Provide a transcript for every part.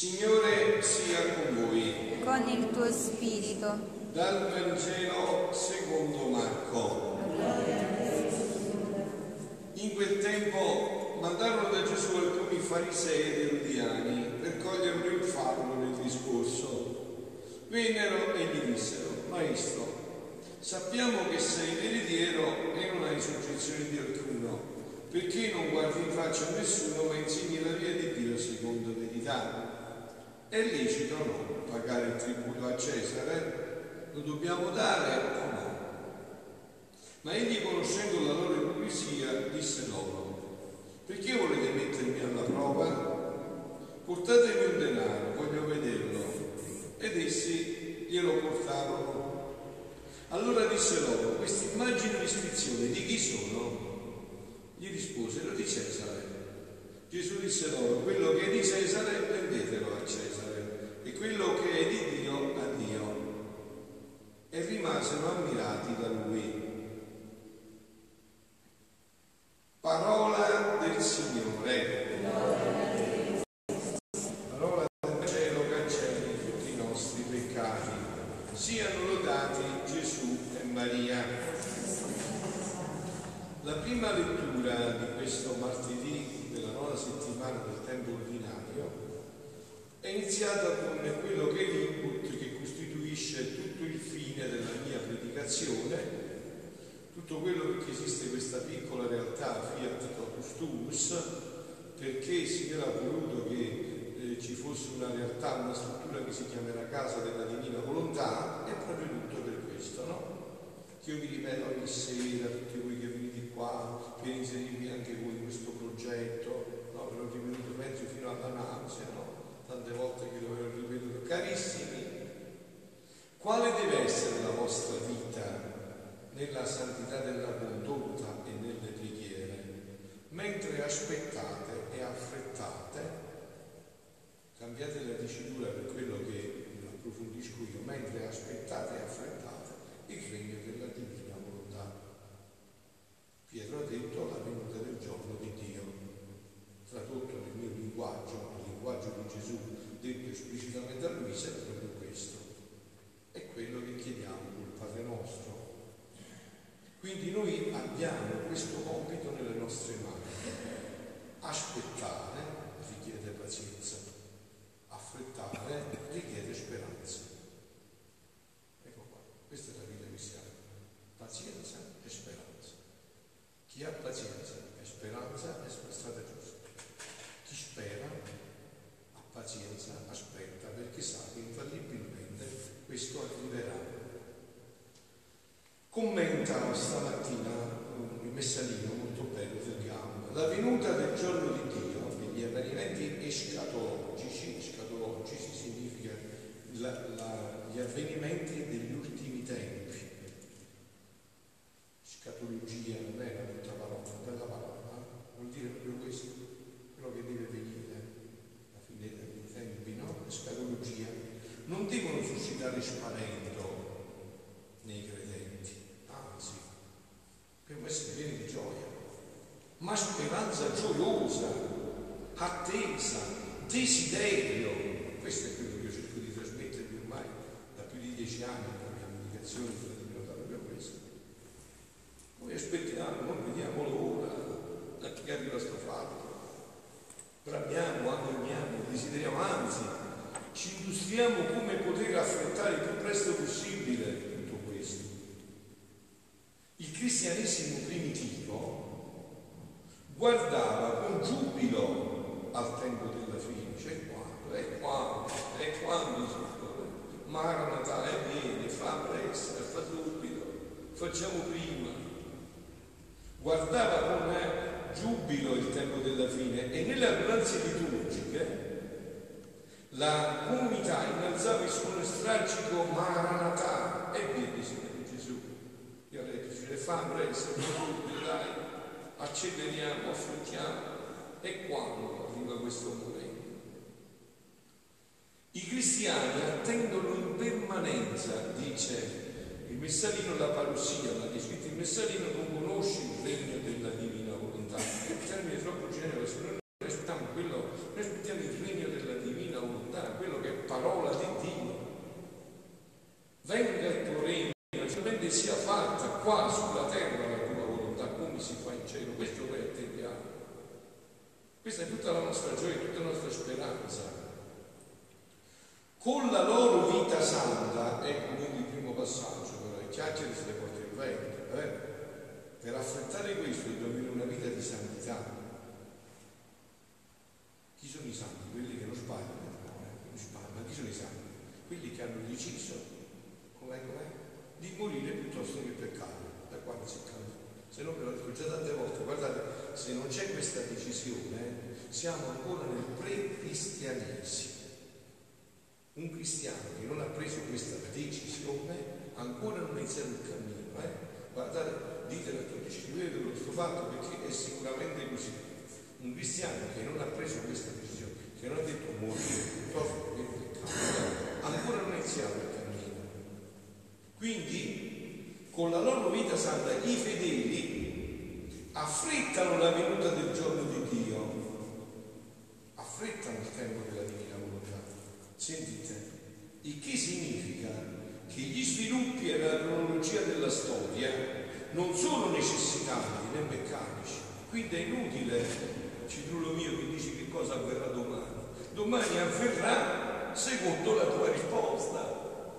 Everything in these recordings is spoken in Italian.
Signore sia con voi. Con il tuo spirito. Dal Vangelo secondo Marco. In quel tempo mandarono da Gesù alcuni farisei ed erodiani per coglierlo in fallo nel discorso. Vennero e gli dissero: Maestro, sappiamo che sei veritiero e non hai soggezione di alcuno, perché non guardi in faccia a nessuno ma insegni la via di Dio secondo verità. È lecito o no pagare il tributo a Cesare? Lo dobbiamo dare o no? Ma egli, conoscendo la loro ipocrisia, disse loro: perché volete mettermi alla prova? Portatemi un denaro, voglio vederlo. Ed essi glielo portarono. Allora disse loro: queste immagini di iscrizione di chi sono? Gli risposero: di Cesare. Gesù disse loro: quello che è di Cesare prendetelo a Cesare e quello che è di Dio a Dio. E rimasero ammirati da lui. Parola del Signore. Parola del cielo cancelli tutti i nostri peccati. Siano lodati Gesù e Maria. La prima lettura di questo martedì della nona settimana del tempo ordinario è iniziata con quello che è l'input che costituisce tutto il fine della mia predicazione, tutto quello perché esiste questa piccola realtà Fiat Totus Tuus, perché il Signore ha voluto che ci fosse una realtà, una struttura che si chiamerà Casa della Divina Volontà, è proprio tutto per questo, no? Che io vi ripeto ogni sera, tutti voi che venite qua, per inserirvi anche voi in questo progetto, no? Ve l'ho ripetuto penso fino alla nausea, no? Tante volte che lo avevo ripetuto. Carissimi, quale deve essere la vostra vita nella santità della condotta e nelle preghiere? Mentre aspettate e affrettate, cambiate la dicitura per quello che approfondisco io, mentre aspettate e affrettate il regno della divina volontà. Pietro ha detto la venuta del giorno di Dio, tradotto nel mio linguaggio, il linguaggio di Gesù, detto esplicitamente a Luisa, è proprio questo. È quello che chiediamo col Padre nostro. Quindi noi abbiamo questo compito nelle nostre mani. Aspettare richiede pazienza, affrettare richiede speranza. Ecco qua, questa è la vita cristiana: pazienza e speranza. Chi ha pazienza e speranza è sulla strada giusta. Chi spera ha pazienza, aspetta, perché sa che infallibilmente questo arriverà. Commenta stamattina il messalino molto bello del Gamba la venuta del giorno di Dio e gli avvenimenti escatologici significa gli avvenimenti degli ultimi tempi. Scatologia non è una brutta parola, una bella parola, vuol dire proprio questo, quello che deve venire, la fine dei tempi, no? Scatologia non devono suscitare spavento nei credenti, anzi, dobbiamo essere pieni di gioia, ma speranza gioiosa, attesa, desiderio. Questo è quello che io cerco di trasmettervi ormai da più di 10 anni nella mia predicazione, proprio questo. Noi aspettiamo, non vediamo l'ora da che arriva sto fatto, bramiamo, agogniamo, desideriamo, anzi ci illustriamo come poter affrontare il più presto possibile tutto questo. Il cristianesimo primitivo guardava con giubilo al tempo della fine, cioè quando Maranatha viene, fa presto, fa subito, facciamo prima. Guardava con giubilo il tempo della fine e nelle adunanze liturgiche la comunità innalzava il suono stragico Maranatha, e viene Signore Gesù. Io ho detto, ce ne fa presto, dai, acceleriamo, affrontiamo. E quando arriva questo momento? I cristiani attendono in permanenza, dice il messalino, la parousia, ma che scritto il messalino non conosce il regno della divina volontà. È un termine troppo generoso, noi aspettiamo quello, noi aspettiamo il regno della divina volontà. Questa è tutta la nostra gioia, tutta la nostra speranza. Con la loro vita santa, ecco quindi il primo passaggio, però le chiacchiere se le porta il vento, per affrontare questo dobbiamo avere una vita di santità. Chi sono i santi? Quelli che non sbagliano, ma chi sono i santi? Quelli che hanno deciso, com'è, di morire piuttosto che peccare, da quando si cambia. Se no, ve l'ho detto già tante volte, guardate, se non c'è questa decisione, siamo ancora nel pre-cristianesimo. Un cristiano che non ha preso questa decisione ancora non ha iniziato il cammino. Guardate, ditelo a tutti, scrivetelo questo fatto perché è sicuramente così. Un cristiano che non ha preso questa decisione, che non ha detto morire piuttosto che peccato, ancora non ha iniziato il cammino. Quindi, con la loro vita santa, i fedeli affrettano la venuta del giorno di Dio, affrettano il tempo della divina volontà. Sentite, il che significa che gli sviluppi e la cronologia della storia non sono necessitanti né meccanici, quindi è inutile, Citrullo mio, che dici che cosa avverrà domani. Domani avverrà secondo la tua risposta.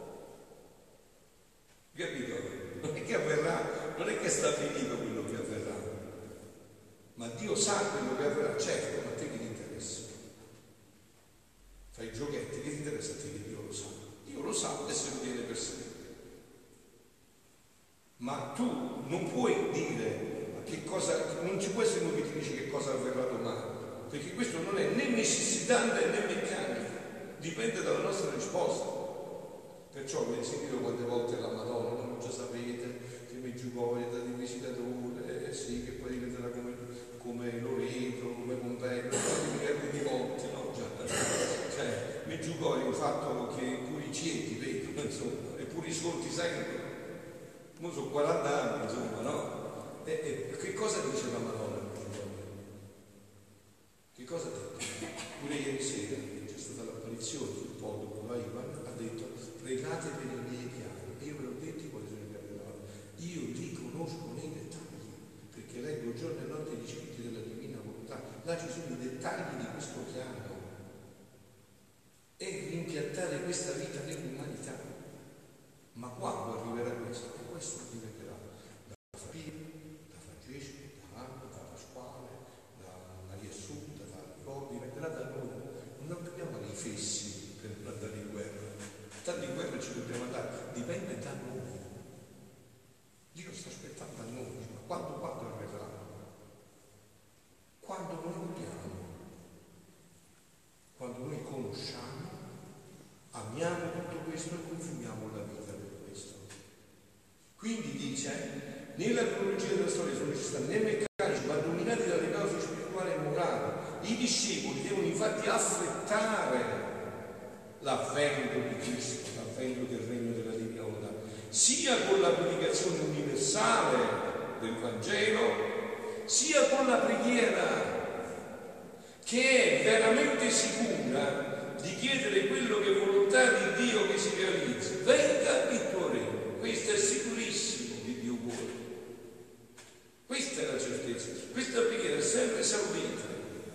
Capito? Non è che avverrà, non è che sta finito quello che avverrà, ma Dio sa quello che avverrà, certo, ma a te che ti interessa? Fai i giochetti, che ti interessa a te che Dio lo sa? Dio lo sa e se lo tiene per sé. Ma tu non puoi dire che cosa, non ci può essere uno che ti dice che cosa avverrà domani, perché questo non è né necessitante né meccanico, dipende dalla nostra risposta. Perciò avete sentito quante volte la Madonna, non già sapete che mi giugoia da visitatore, sì, che poi diventerà come Loreto, come Pompeo, miliardi di volte, no? Cioè, mi giugoia il fatto che pure i ciechi vedono, insomma, e pure i sordi sentono. Io sono 40 anni, insomma, no? Che cosa dice la Madonna? Che cosa ha detto? Pure ieri sera c'è stata l'apparizione sul podio da Ivan, ha detto pregate per i miei piani, e io ve l'ho detto quali sono i piani della Madonna. Io li conosco nei dettagli, perché leggo giorno e notte gli scritti della divina volontà, là ci sono i dettagli di questo piano, e rimpiantare questa vita nell'umanità. Ma quando arriverà questo? E questo diventerà da Francesco, da Anna, da Pasquale, da Maria Assunta, da Nicola, diventerà da noi. Non dobbiamo avere i fessi per non andare in guerra. Tanto in guerra ci dobbiamo andare, dipende da noi. Dio sta aspettando a noi, ma quando arriverà? Quando noi vogliamo, quando noi conosciamo, amiamo tutto questo e consumiamo la vita per questo. Quindi dice, nella cronologia della storia sono necessari né meccanici, ma dominati dalle cause spirituali e morali. I discepoli devono infatti affrettare l'avvento di Cristo, l'avvento del regno della divina volontà, sia con la predicazione universale del Vangelo, sia con la preghiera che è veramente sicura di chiedere quello che è volontà di Dio che si realizzi. Venga il tuo regno. Questo è sicurissimo che Dio vuole. Questa è la certezza. Questa preghiera è sempre esaurita.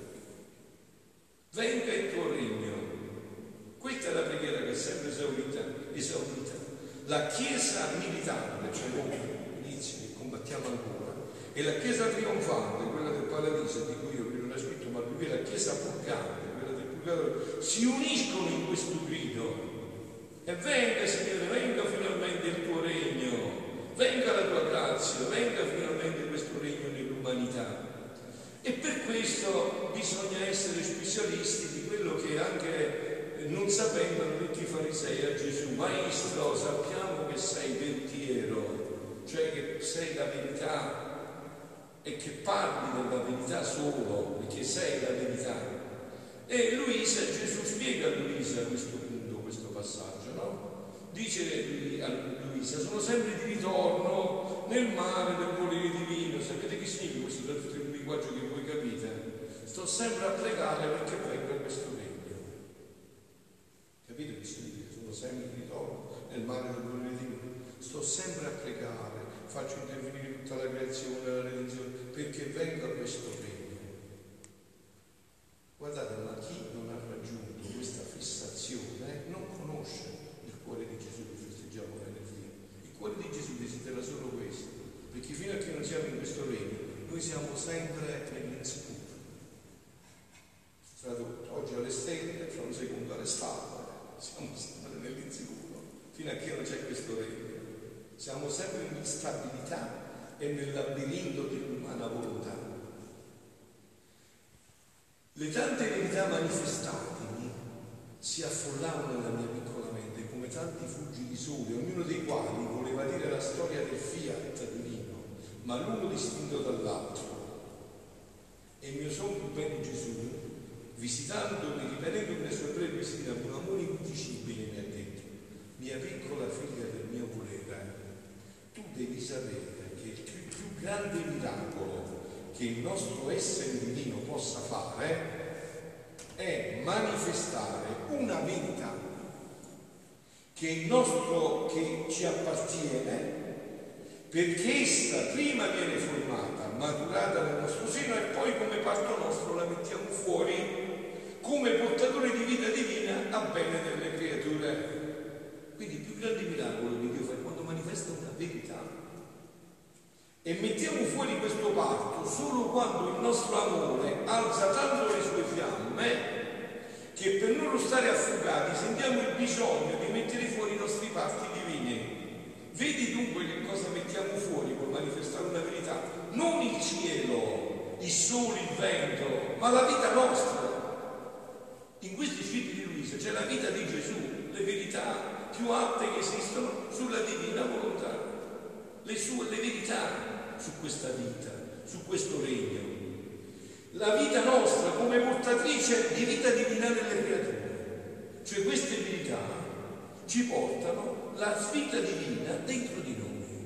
Venga il tuo regno. Questa è la preghiera che è sempre esaurita. La Chiesa militante, cioè noi inizio che combattiamo ancora, e la Chiesa trionfante, quella del paradiso, di cui io qui non ho scritto, ma qui la Chiesa purgante, quella del purgatorio, si uniscono in questo grido. E venga, Signore, venga finalmente il tuo regno, venga la tua grazia, venga finalmente questo regno nell'umanità. E per questo bisogna essere specialisti di quello che anche non sapevano tutti i farisei a Gesù. Maestro, sappiamo che sei vertiero, cioè che sei la verità e che parli della verità solo, perché sei la verità. E Luisa, Gesù spiega a Luisa a questo punto, questo passaggio, no? Dice a Luisa, sono sempre di ritorno nel mare del volere divino. Sapete che significa questo da tutto il linguaggio che voi capite? Sto sempre a pregare perché venga questo regno. Capite che significa? Sono sempre di ritorno nel mare del volere divino. Sto sempre a pregare, faccio intervenire tutta la creazione, la redenzione, perché venga questo regno. noi siamo sempre nell'insicuro. Tradotto, oggi alle stelle, fra un secondo alle stalle, siamo sempre nell'insicuro, fino a che non c'è questo regno. Siamo sempre in instabilità e nel labirinto dell'umana volontà. Le tante verità manifestatemi si affollavano nella mia piccola mente come tanti fuggi di sole, ognuno dei quali voleva dire la storia del fiat divino, ma l'uno distinto dall'altro. E il mio sonno più bene Gesù, visitandomi, ripetendomi le sue brevi visite, un amore indicibile mi ha detto: mia piccola figlia del mio volere, tu devi sapere che il più grande miracolo che il nostro essere divino possa fare è manifestare una verità che ci appartiene, perché essa prima viene formata, maturata nel nostro seno, e poi come parto nostro la mettiamo fuori come portatore di vita divina a bene delle creature. Quindi il più grande miracolo che Dio fa è quando manifesta una verità. E mettiamo fuori questo parto solo quando il nostro amore alza tanto le sue fiamme che per non stare affogati sentiamo il bisogno di mettere fuori i nostri parti divini. Vedi dunque che cosa mettiamo fuori per manifestare una verità? Non il cielo, il sole, il vento, ma la vita nostra. In questi scritti di Luisa c'è la vita di Gesù, le verità più alte che esistono sulla divina volontà, le verità su questa vita, su questo regno. La vita nostra come portatrice di vita divina nelle creature. Cioè queste verità ci portano la vita divina dentro di noi.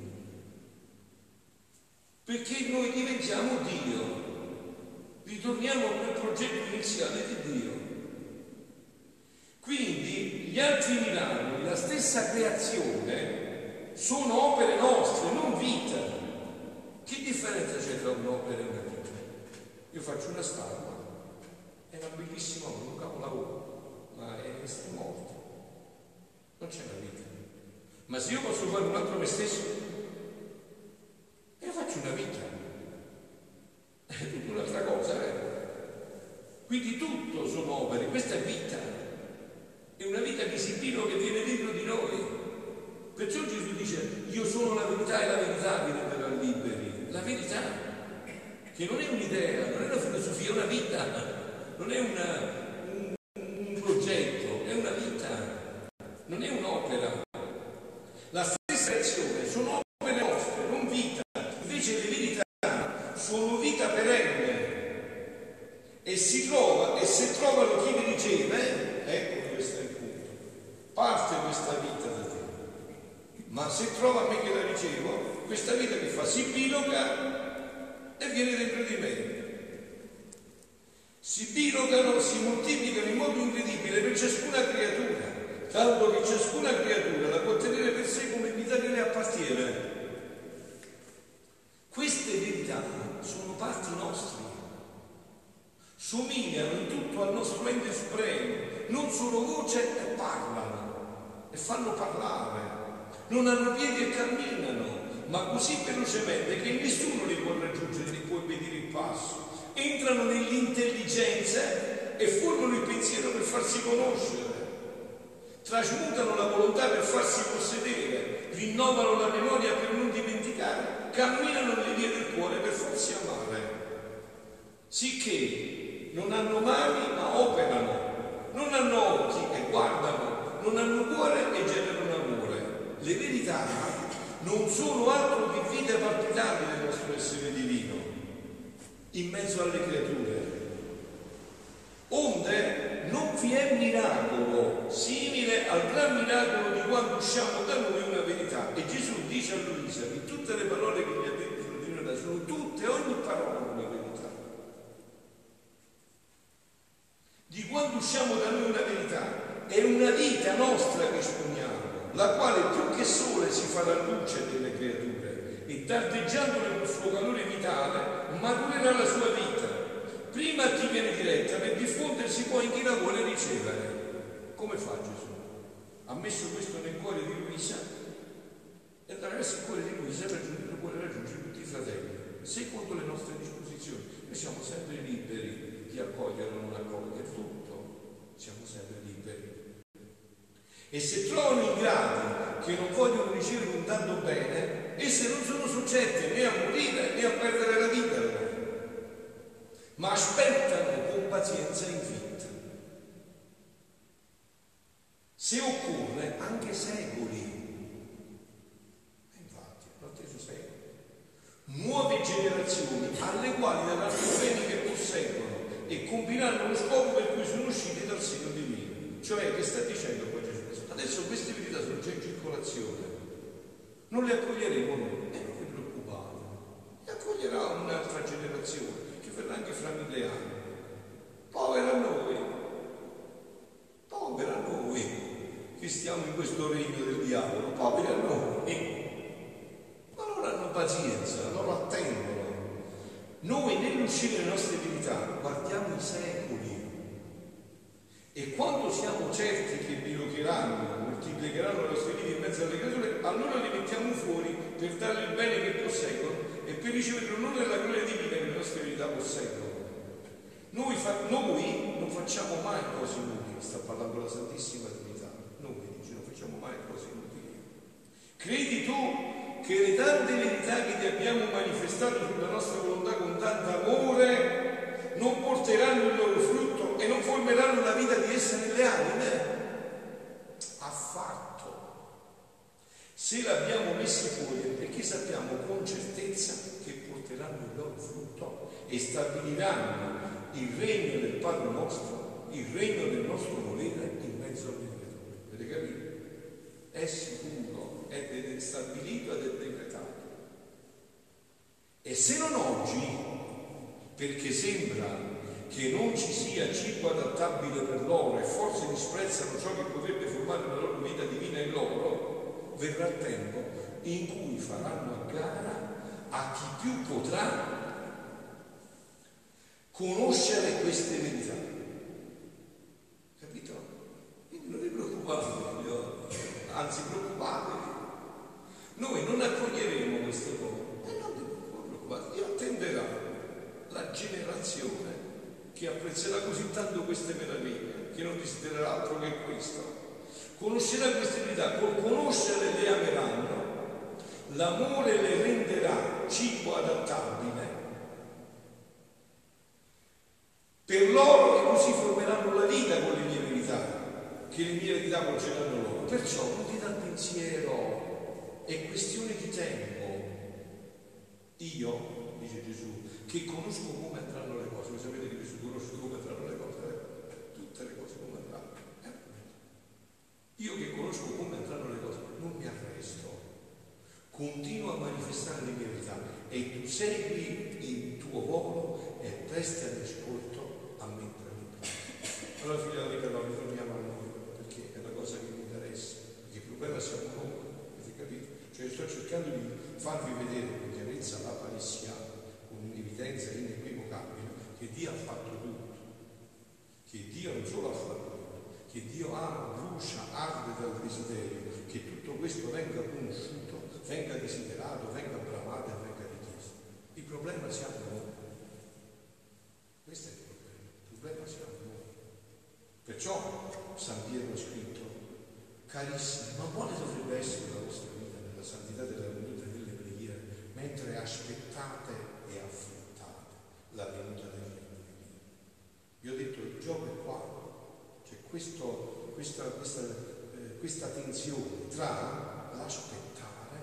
Perché noi diventiamo Dio. Ritorniamo a quel progetto iniziale di Dio. Quindi gli altri miracoli, la stessa creazione, sono opere nostre, non vita. Che differenza c'è tra un'opera e una vita? Io faccio una statua, è una bellissima opera, un capolavoro, ma è morto, non c'è la vita. Ma se io posso fare un altro me stesso, io faccio una vita, è tutta un'altra cosa. Quindi tutto sono opere, questa è vita, è una vita visibile che viene dentro di noi. Perciò Gesù dice: io sono la verità e la verità vi renderà liberi. La verità, che non è un'idea, non è una filosofia, è una vita, non è un progetto, è una vita, non è un'opera. La stessa azione sono opere nostre, non vita. Invece le verità sono vita perenne e si trova, e se trovano chi li riceve, ecco questo è il punto, parte questa vita da te. Ma se trova me che la ricevo, questa vita che fa si biloca e viene dentro di me. Si bilocano, si moltiplicano in modo incredibile per ciascuna creatura, tanto che ciascuna creatura la può tenere per sé come vita che le appartiene. Queste verità sono parti nostre, somigliano in tutto al nostro ente supremo, non sono voce e parlano e fanno parlare. Non hanno piedi e camminano, ma così velocemente che nessuno li può raggiungere, li può impedire il passo. Entrano nell'intelligenza e formano il pensiero per farsi conoscere. Trasmutano la volontà per farsi possedere, rinnovano la memoria per non dimenticare, camminano nelle vie del cuore per farsi amare. Sicché non hanno mani ma operano, non hanno occhi e guardano, non hanno cuore e generano amore. Le verità non sono altro che vite palpitanti del nostro essere divino in mezzo alle creature. Onde non vi è miracolo simile al gran miracolo di quando usciamo da noi una verità. E Gesù dice a Luisa che tutte le parole che gli ha detto sono tutte, ogni parola una verità. Di quando usciamo da noi una verità è una vita nostra che esponiamo, la quale più che sole si fa la luce delle creature e tardeggiandole col suo calore vitale maturerà la sua vita. Prima a chi viene diretta per diffondersi poi in chi la vuole ricevere. Come fa Gesù? Ha messo questo nel cuore di Luisa e attraverso il cuore di Luisa vuole raggiungere tutti i fratelli. secondo le nostre disposizioni. Noi siamo sempre liberi di accogliere o non accogliere tutto, siamo sempre liberi. E se trovano ingrati che non vogliono ricevere un tanto bene, esse non sono soggette né a morire né a perdere la vita, ma aspettano con pazienza in vita. Se occorre anche secoli. E infatti, hanno atteso secoli. Nuove generazioni alle quali daranno i beni che posseggono e compiranno lo scopo per cui sono usciti dal seno divino. Cioè, che sta dicendo qua Gesù? Adesso queste verità sono già in circolazione. Non le accoglieremo noi, non vi preoccupate. Le accoglierà un'altra generazione che verrà anche fra 1000 anni. Povera noi che stiamo in questo regno del diavolo, poveri a noi. Ma loro hanno pazienza, loro attendono. Noi nell'uscire le nostre verità guardiamo i secoli e quando siamo certi che bilocheranno, moltiplicheranno le nostre vite in mezzo alle creature, allora li mettiamo fuori per dare il bene che posseggono e per ricevere l'onore e la gloria divina che le nostre verità posseggono. Noi non facciamo mai cose inutili, sta parlando la Santissima Trinità. Noi dice, non facciamo mai cose inutili. Credi tu che le tante verità che ti abbiamo manifestato sulla nostra volontà con tanto amore non porteranno il loro frutto e non formeranno la vita di esse nelle anime? Affatto. Se l'abbiamo messi fuori è perché sappiamo con certezza che porteranno il loro frutto e stabiliranno il regno del Padre nostro, il regno del nostro volere in mezzo alle creature. Avete capito? È sicuro, è stabilito ed è decretato. E se non oggi, perché sembra che non ci sia cibo adattabile per loro e forse disprezzano ciò che potrebbe formare la loro vita divina in loro, verrà il tempo in cui faranno a gara a chi più potrà conoscere queste verità. Capito? Quindi non vi preoccupate, anzi preoccupatevi. Noi non accoglieremo queste cose. Non vi preoccupate, Dio attenderà la generazione che apprezzerà così tanto queste meraviglie, che non desidererà altro che questo. Conoscerà queste verità, col conoscere le ameranno, l'amore le renderà cibo adattabile per loro e così formeranno la vita con le mie verità, che le mie verità porgeranno loro. Perciò non ti dà pensiero, è questione di tempo. Io, dice Gesù, che conosco come andranno le cose. Voi sapete che Gesù conosce come andranno le cose? Tutte le cose come andranno. Io che conosco come andranno le cose, non mi arresto. Continuo a manifestare le mie verità e tu segui il tuo volo e presti all'ascolto a me tramite. Allora figlia amica, no, ritorniamo a noi, perché è la cosa che mi interessa, perché più bella siamo noi, avete capito? Cioè sto cercando di farvi vedere con chiarezza la palessiana, con un'evidenza inequivocabile, che Dio ha fatto tutto, che Dio non solo ha fatto tutto, che Dio ama, brucia, arde dal desiderio, che tutto questo venga conosciuto, venga desiderato, venga bramato e venga richiesto. Il problema siamo noi. Questo è il problema siamo noi. Perciò San Pietro ha scritto, carissimi, ma quale dovrebbe essere la vostra vita nella santità della venuta e delle preghiere, mentre aspettate e affrontate la venuta del regno di Dio? Vi ho detto, il gioco è qua, c'è questa tensione tra l'aspettare,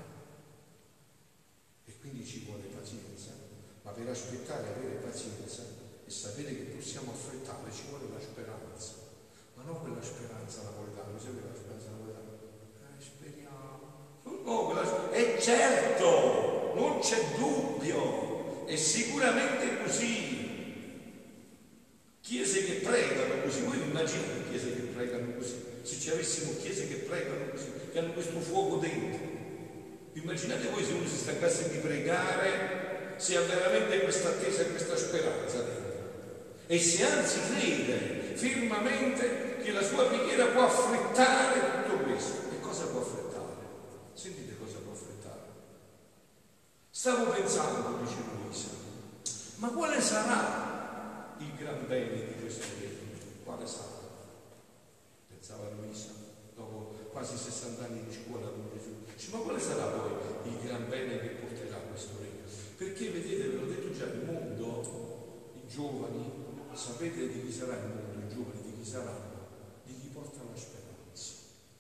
e quindi ci vuole pazienza, ma per aspettare e avere pazienza e sapere che possiamo affrettare ci vuole la speranza, ma non quella speranza napoletana. Sapete la speranza napoletana? Speriamo. No, è certo, non c'è dubbio, è sicuramente così. Chiese che pregano così, voi immaginate chiese che pregano così? Se ci avessimo chiese che pregano così, che hanno questo fuoco dentro, immaginate voi se uno si stancasse di pregare, se ha veramente questa attesa e questa speranza dentro, e se anzi crede fermamente che la sua preghiera può affrettare tutto questo. E cosa può affrettare? Sentite cosa può affrettare. Stavo pensando, dice lui, Ma quale sarà il gran bene di questo regno? Quale sarà? Pensava Luisa, dopo quasi 60 anni di scuola con Gesù. Dice, ma quale sarà poi il gran bene che porterà questo regno? Perché vedete, ve l'ho detto già, il mondo, i giovani, sapete di chi sarà il mondo, i giovani di chi saranno? Di chi porta la speranza.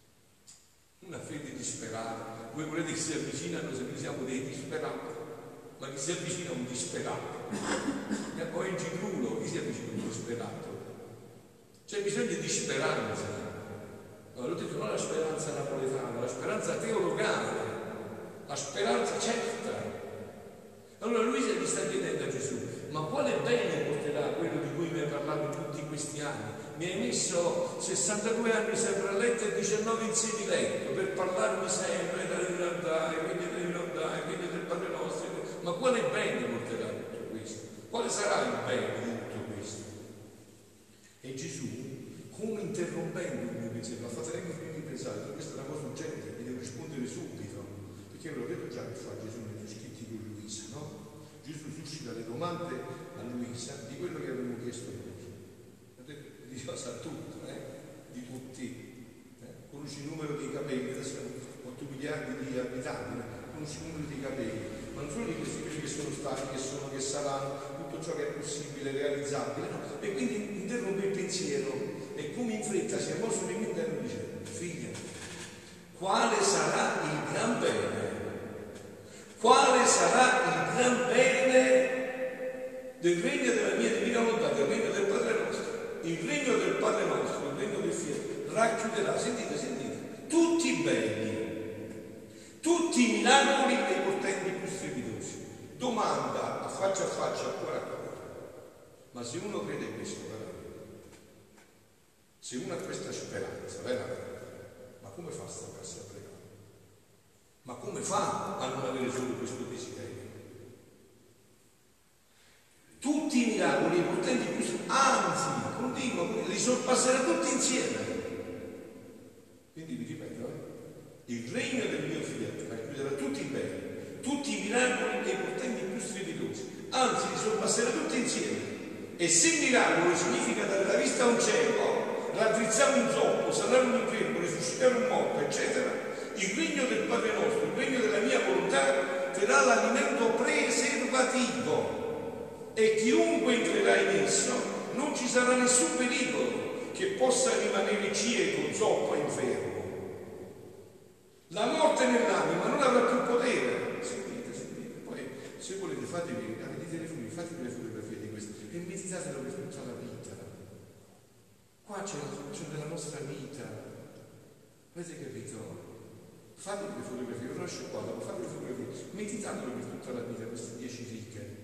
Una fede disperata. Voi volete che si avvicinano, se noi siamo dei disperati, ma chi si avvicina a un disperato? E poi in Cicrulo chi si avvicina a un disperato? C'è bisogno di speranza. Allora, ho detto non la speranza napoletana, la speranza teologale, la speranza certa. Allora Luisa gli sta chiedendo a Gesù, ma quale bene porterà quello di cui mi hai parlato tutti questi anni? Mi hai messo 62 anni sempre a letto e 19 in sedi letto per parlarmi sempre devi non dare, quindi devi non dare, quindi del Padre nostro. Ma quale bene porterà tutto questo? Quale sarà il bene di tutto questo? E Gesù, come interrompendo il mio pensiero, ha fatto anche prima di pensare, questa è una cosa urgente, mi devo rispondere subito, perché ve l'ho detto già che fa Gesù negli scritti con Luisa, no? Gesù suscita le domande a Luisa di quello che avevamo chiesto noi. Dio sa tutto, di tutti. Conosci il numero dei capelli, adesso siamo 8 miliardi di abitanti, conosci il numero dei capelli, ma non solo di questi quelli che sono stati, che sono, che saranno, tutto ciò che è possibile, realizzabile, no? E quindi interrompe il pensiero e come in fretta si è mosso nel mio interno e dice, figlia, quale sarà il gran bene? Quale sarà il gran bene del regno della mia divina volontà, del regno del Padre nostro? Il regno del Padre nostro, il regno del Figlio, racchiuderà, sentite, tutti i beni, tutti i miracoli e i portenti più strepitosi. Domanda a faccia, cuore a cuore. Ma se uno crede questo, veramente, se uno ha questa speranza, veramente, ma come fa a staccarsi a pregare? Ma come fa a non avere solo questo desiderio? Tutti i miracoli, i portenti più, anzi, continuo, li sorpasserà tutti insieme. Quindi vi ripeto, il regno del mio figlio racchiuderà tutti i beni, tutti i miracoli e i portenti più strepitosi, anzi li sorpasserà tutti insieme. E se il miracolo significa dare la vista a un cieco, raddrizzare un zoppo, sanare un infermo, risuscitare un morto, eccetera, il regno del Padre nostro, il regno della mia volontà, sarà l'alimento preservativo. E chiunque entrerà in esso non ci sarà nessun pericolo che possa rimanere cieco, zoppo e infermo. La morte nell'anima non avrà più potere. Sentite, poi se volete fatevi, avete i telefoni, fatevi le fotografie di questo e meditatelo per tutta la vita. Qua c'è la soluzione della nostra vita. Avete capito? Fatevi le fotografie, io lascio qua, dopo fate le fotografie, meditatelo per tutta la vita, queste 10 righe.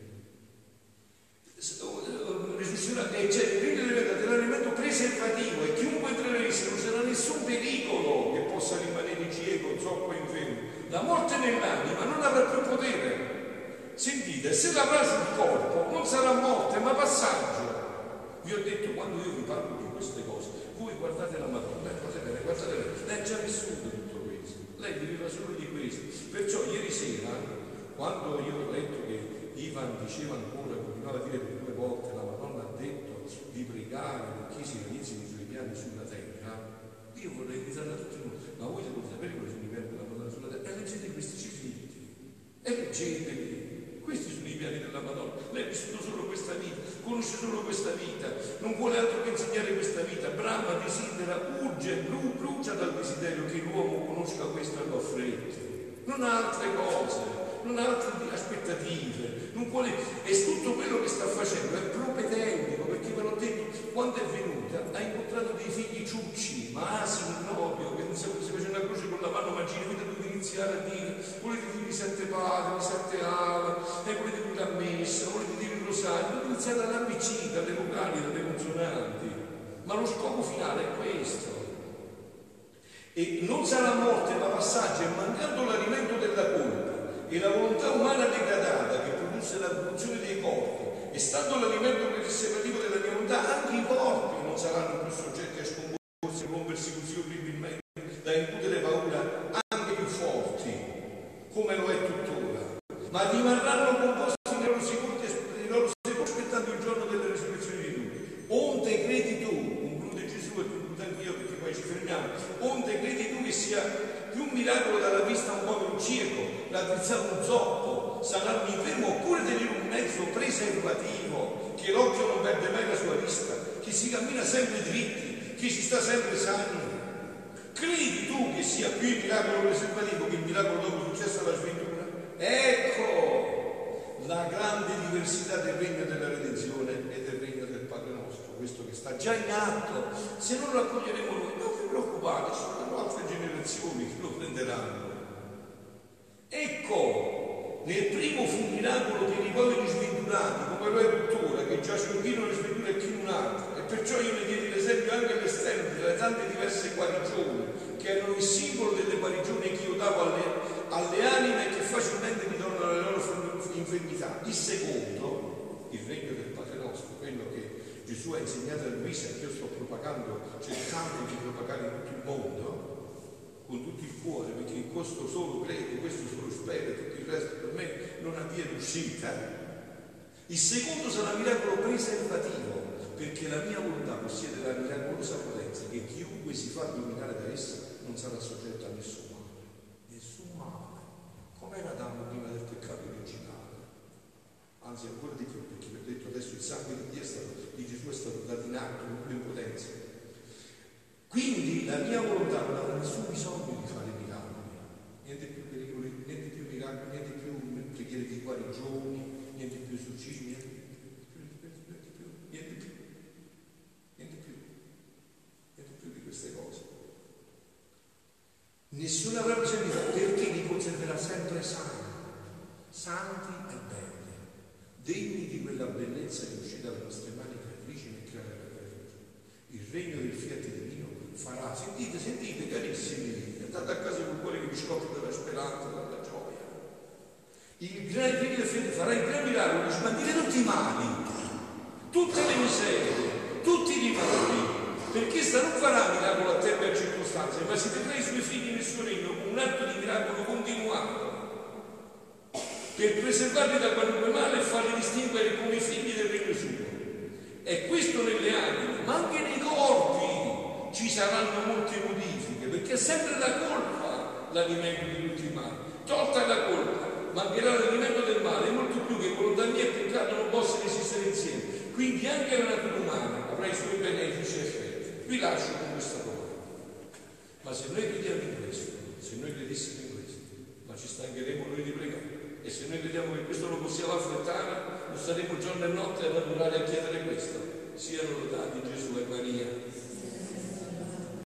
Risusciterà e c'è il regno dell'alimento preservativo e chiunque entrerà in esso non c'era nessun pericolo che possa rimanere cieco, zoppo e infermo. La morte nell'anima non avrà più potere. Sentite, se l'avrà sul corpo non sarà morte ma passaggio. Vi ho detto, quando io vi parlo di queste cose, voi guardate la Madonna, guardate bene, lei ha già vissuto tutto questo, lei viveva solo di questo. Perciò ieri sera, quando io ho letto che Ivan diceva ancora, continuava a dire per 2 volte, la Madonna ha detto di pregare perché si realizzino i suoi piani sulla terra, io vorrei invitare a tutti noi, ma voi dovete sapere quali sono i piani della Madonna sulla terra? E leggete questi scritti, e leggeteli, questi sono i piani della Madonna. Lei ha vissuto solo questa vita, conosce solo questa vita, non vuole altro che insegnare questa vita, brama, desidera, urge, brucia dal desiderio che l'uomo conosca questo e lo affretti, non ha altre cose. Non ha altre aspettative, non vuole, e tutto quello che sta facendo è propedeutico, perché ve l'ho detto, quando è venuta ha incontrato dei figli ciucci, ma asini proprio, che non si faceva una croce con la mano magina, quindi dovete iniziare a dire, volete dire i 7 padri, 7 ave, volete dire la messa, volete dire il rosario, dovete iniziare dall'ABC, dalle vocali, dalle consonanti, ma lo scopo finale è questo. E non sarà morte ma passaggio, e mancando l'alimento della colpa e la volontà umana degradata che produsse la corruzione dei corpi, e stando l'alimento preservativo della mia volontà, anche i corpi non saranno più soggetti a scomporsi, a rompersi così orribilmente da incutere paura anche più forti, come lo è tuttora, ma rimarranno composti nei loro preservativo, che l'occhio non perde mai la sua vista, che si cammina sempre dritti, che si sta sempre sani. Credi tu che sia più il miracolo preservativo che il miracolo dopo successo alla sventura? Ecco la grande diversità del regno della redenzione e del regno del Padre nostro, questo che sta già in atto. Se non lo accoglieremo noi, non vi preoccupate, ci saranno altre generazioni che lo prenderanno. Ecco, nel primo fu un miracolo per i poveri sventurati, come lo è tuttora, che già c'è chi non le sventura e chi un altro. E perciò io ne diedi l'esempio anche all'esterno delle tante diverse guarigioni, che erano il simbolo delle guarigioni che io davo alle anime che facilmente ritornano alle loro infermità. Il secondo, il regno del Padre nostro, quello che Gesù ha insegnato a Luisa, che io sto propagando, cercando di propagare in tutto il mondo, con tutto il cuore, perché in questo solo credo, questo solo spero, e tutto il resto per me non ha via d'uscita. Il secondo sarà miracolo preservativo, perché la mia volontà possiede la miracolosa potenza che chiunque si fa dominare da essa non sarà soggetto a nessun male. Nessun male. Come era Adamo prima del peccato originale. Anzi, ancora di più, perché vi ho detto adesso il sangue di Gesù è stato dato in atto, non in potenza. Quindi la mia volontà non avrà nessun bisogno di fare miracoli, niente più pericoli, niente più miracoli, niente più preghiere di guarigioni, niente più esorcismi, niente più di queste cose. Nessuno avrà bisogno, perché li conserverà sempre santi e belli, degni di quella bellezza che uscì dalle nostre mani creatrici nel creare la creatura. Il regno del fiat divino farà, sentite carissimi, andate a casa con il cuore che vi scoppia dalla speranza, dalla gioia. Il regno del fiat farà il gran miracolo di smaltire tutti i mali, tutte le miserie, tutti i rimorsi, perché sta non farà miracolo a tempo e a circostanze, ma si vedrà i suoi figli nel suo regno con un atto di miracolo continuato per preservarli da qualunque male e farli distinguere come figli del regno suo. E questo nelle anime, ma anche nei corpi ci saranno molte modifiche, perché è sempre la colpa l'alimento di tutti i mali. Tolta la colpa, mancherà l'alimento del male, e molto più che volontà mia e peccato non possono esistere insieme. Quindi anche la natura umana avrà i suoi benefici effetti. Vi lascio con questa parola. Ma se noi crediamo in questo, se noi credessimo in questo, ma ci stancheremo noi di pregare. E se noi vediamo che questo lo possiamo affrettare, non staremo giorno e notte ad adorare e a chiedere questo. Siano lodati Gesù e Maria.